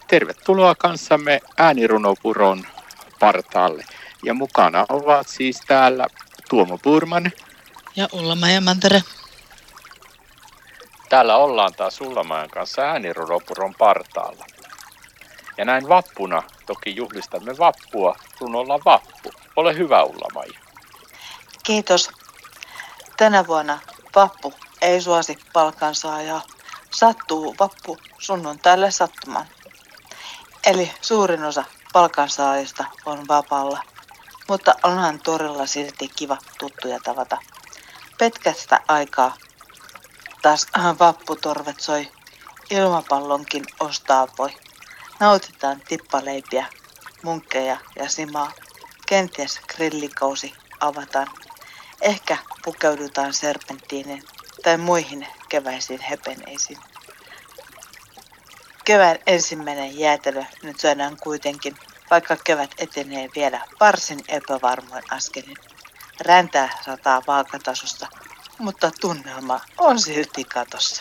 Tervetuloa kanssamme äänirunopuron partaalle. Ja mukana ovat siis täällä Tuomo Purman ja Ulla-Maija Mantere. Täällä ollaan taas Ulla-Maijan kanssa äänirunopuron partaalla. Ja näin vappuna toki juhlistamme vappua runolla Vappu. Ole hyvä, Ulla-Maija. Kiitos. Tänä vuonna vappu ei suosi palkansaajaa. Sattuu vappu sunnuntaille sattumaan. Eli suurin osa palkansaajista on vapaalla. Mutta onhan torilla silti kiva tuttuja tavata. Pitkästä aikaa taas vapputorvet soi. Ilmapallonkin ostaa voi. Nautitaan tippaleipiä, munkkeja ja simaa. Kenties grillikausi avataan. Ehkä pukeudutaan serpenttiinin tai muihin keväisiin hepeneisiin. Kevään ensimmäinen jäätelö nyt syödään kuitenkin, vaikka kevät etenee vielä varsin epävarmoin askelin. Räntää sataa vaakatasosta, mutta tunnelma on silti katossa.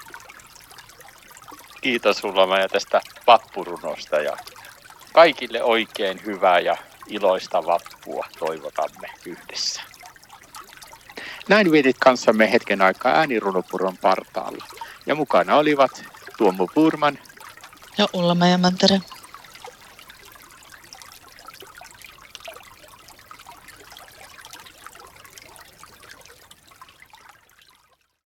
Kiitos Ulla-Maija tästä vappurunosta ja kaikille oikein hyvää ja iloista vappua toivotamme yhdessä. Näin vietit kanssamme hetken aikaa äänirunopuron partaalla. Ja mukana olivat Tuomo Purman ja Ulla-Maija Mantere.